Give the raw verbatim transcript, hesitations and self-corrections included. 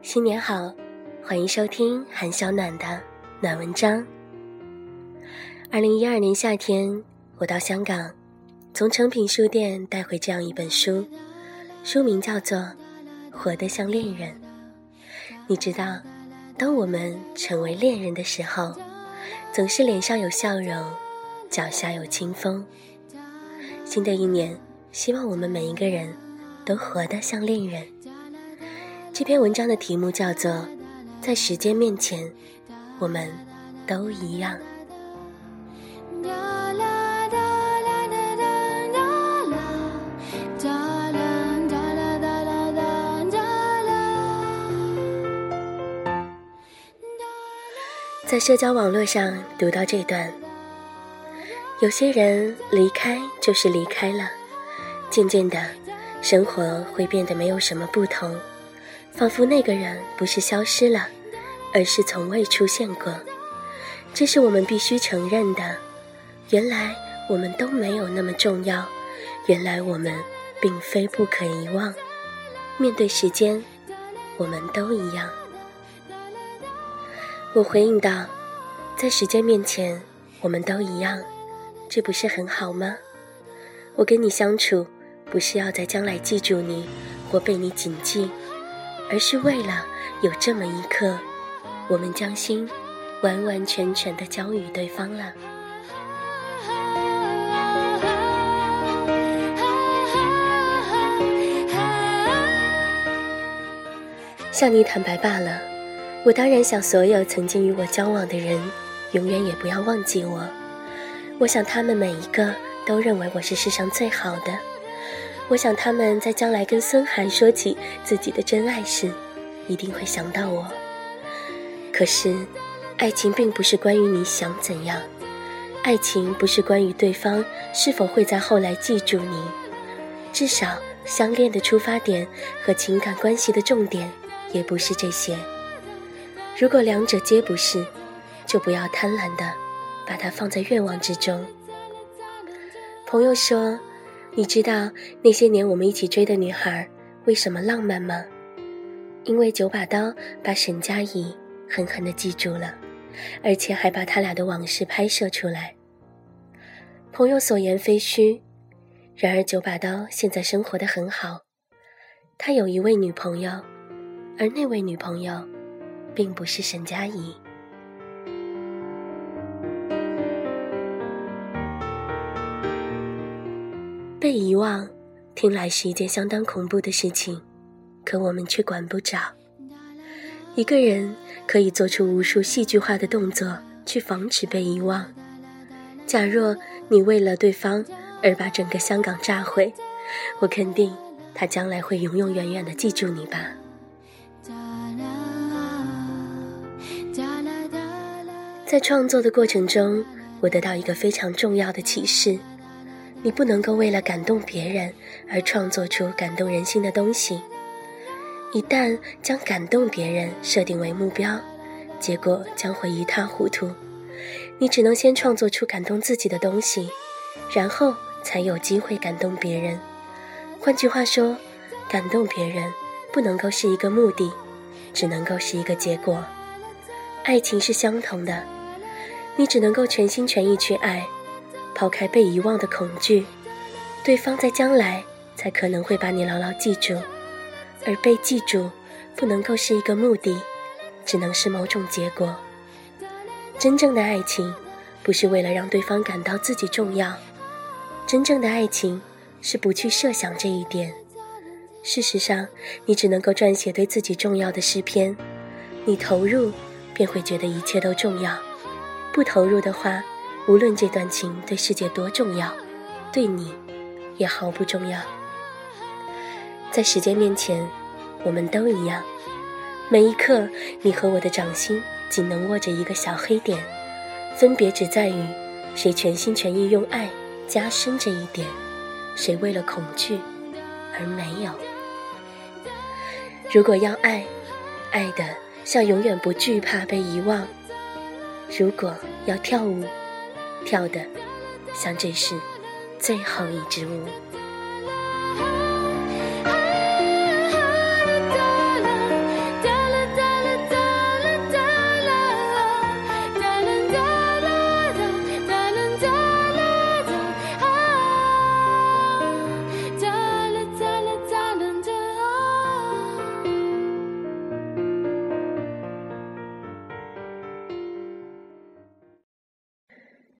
新年好，欢迎收听韩小暖的暖文章。二零一二年夏天，我到香港，从诚品书店带回这样一本书，书名叫做《活得像恋人》。你知道，当我们成为恋人的时候，总是脸上有笑容，脚下有清风。新的一年，希望我们每一个人都活得像恋人。这篇文章的题目叫做《在时间面前，我们都一样》。在社交网络上读到这段，有些人离开就是离开了，渐渐的，生活会变得没有什么不同，仿佛那个人不是消失了，而是从未出现过。这是我们必须承认的，原来我们都没有那么重要，原来我们并非不可遗忘。面对时间，我们都一样。我回应道，在时间面前，我们都一样，这不是很好吗？我跟你相处，不是要在将来记住你或被你谨记，而是为了有这么一刻，我们将心完完全全地交予对方了。向你坦白罢了，我当然想所有曾经与我交往的人永远也不要忘记我。我想他们每一个都认为我是世上最好的。我想他们在将来跟孙涵说起自己的真爱时，一定会想到我。可是爱情并不是关于你想怎样，爱情不是关于对方是否会在后来记住你，至少相恋的出发点和情感关系的重点也不是这些。如果两者皆不是，就不要贪婪地把它放在愿望之中。朋友说，你知道那些年我们一起追的女孩为什么浪漫吗？因为九把刀把沈佳宜狠狠地记住了，而且还把他俩的往事拍摄出来。朋友所言非虚，然而九把刀现在生活得很好，他有一位女朋友，而那位女朋友并不是沈佳宜。被遗忘听来是一件相当恐怖的事情，可我们却管不着。一个人可以做出无数戏剧化的动作去防止被遗忘。假若你为了对方而把整个香港炸毁，我肯定他将来会永永远远地记住你吧。在创作的过程中，我得到一个非常重要的启示，你不能够为了感动别人而创作出感动人心的东西。一旦将感动别人设定为目标，结果将会一塌糊涂。你只能先创作出感动自己的东西，然后才有机会感动别人。换句话说，感动别人不能够是一个目的，只能够是一个结果。爱情是相同的，你只能够全心全意去爱，抛开被遗忘的恐惧，对方在将来才可能会把你牢牢记住，而被记住不能够是一个目的，只能是某种结果。真正的爱情不是为了让对方感到自己重要，真正的爱情是不去设想这一点。事实上，你只能够撰写对自己重要的诗篇，你投入便会觉得一切都重要，不投入的话，无论这段情对世界多重要，对你也毫不重要。在时间面前，我们都一样。每一刻，你和我的掌心仅能握着一个小黑点，分别只在于谁全心全意用爱加深这一点，谁为了恐惧而没有。如果要爱，爱的像永远不惧怕被遗忘；如果要跳舞，跳的像这是最后一支舞。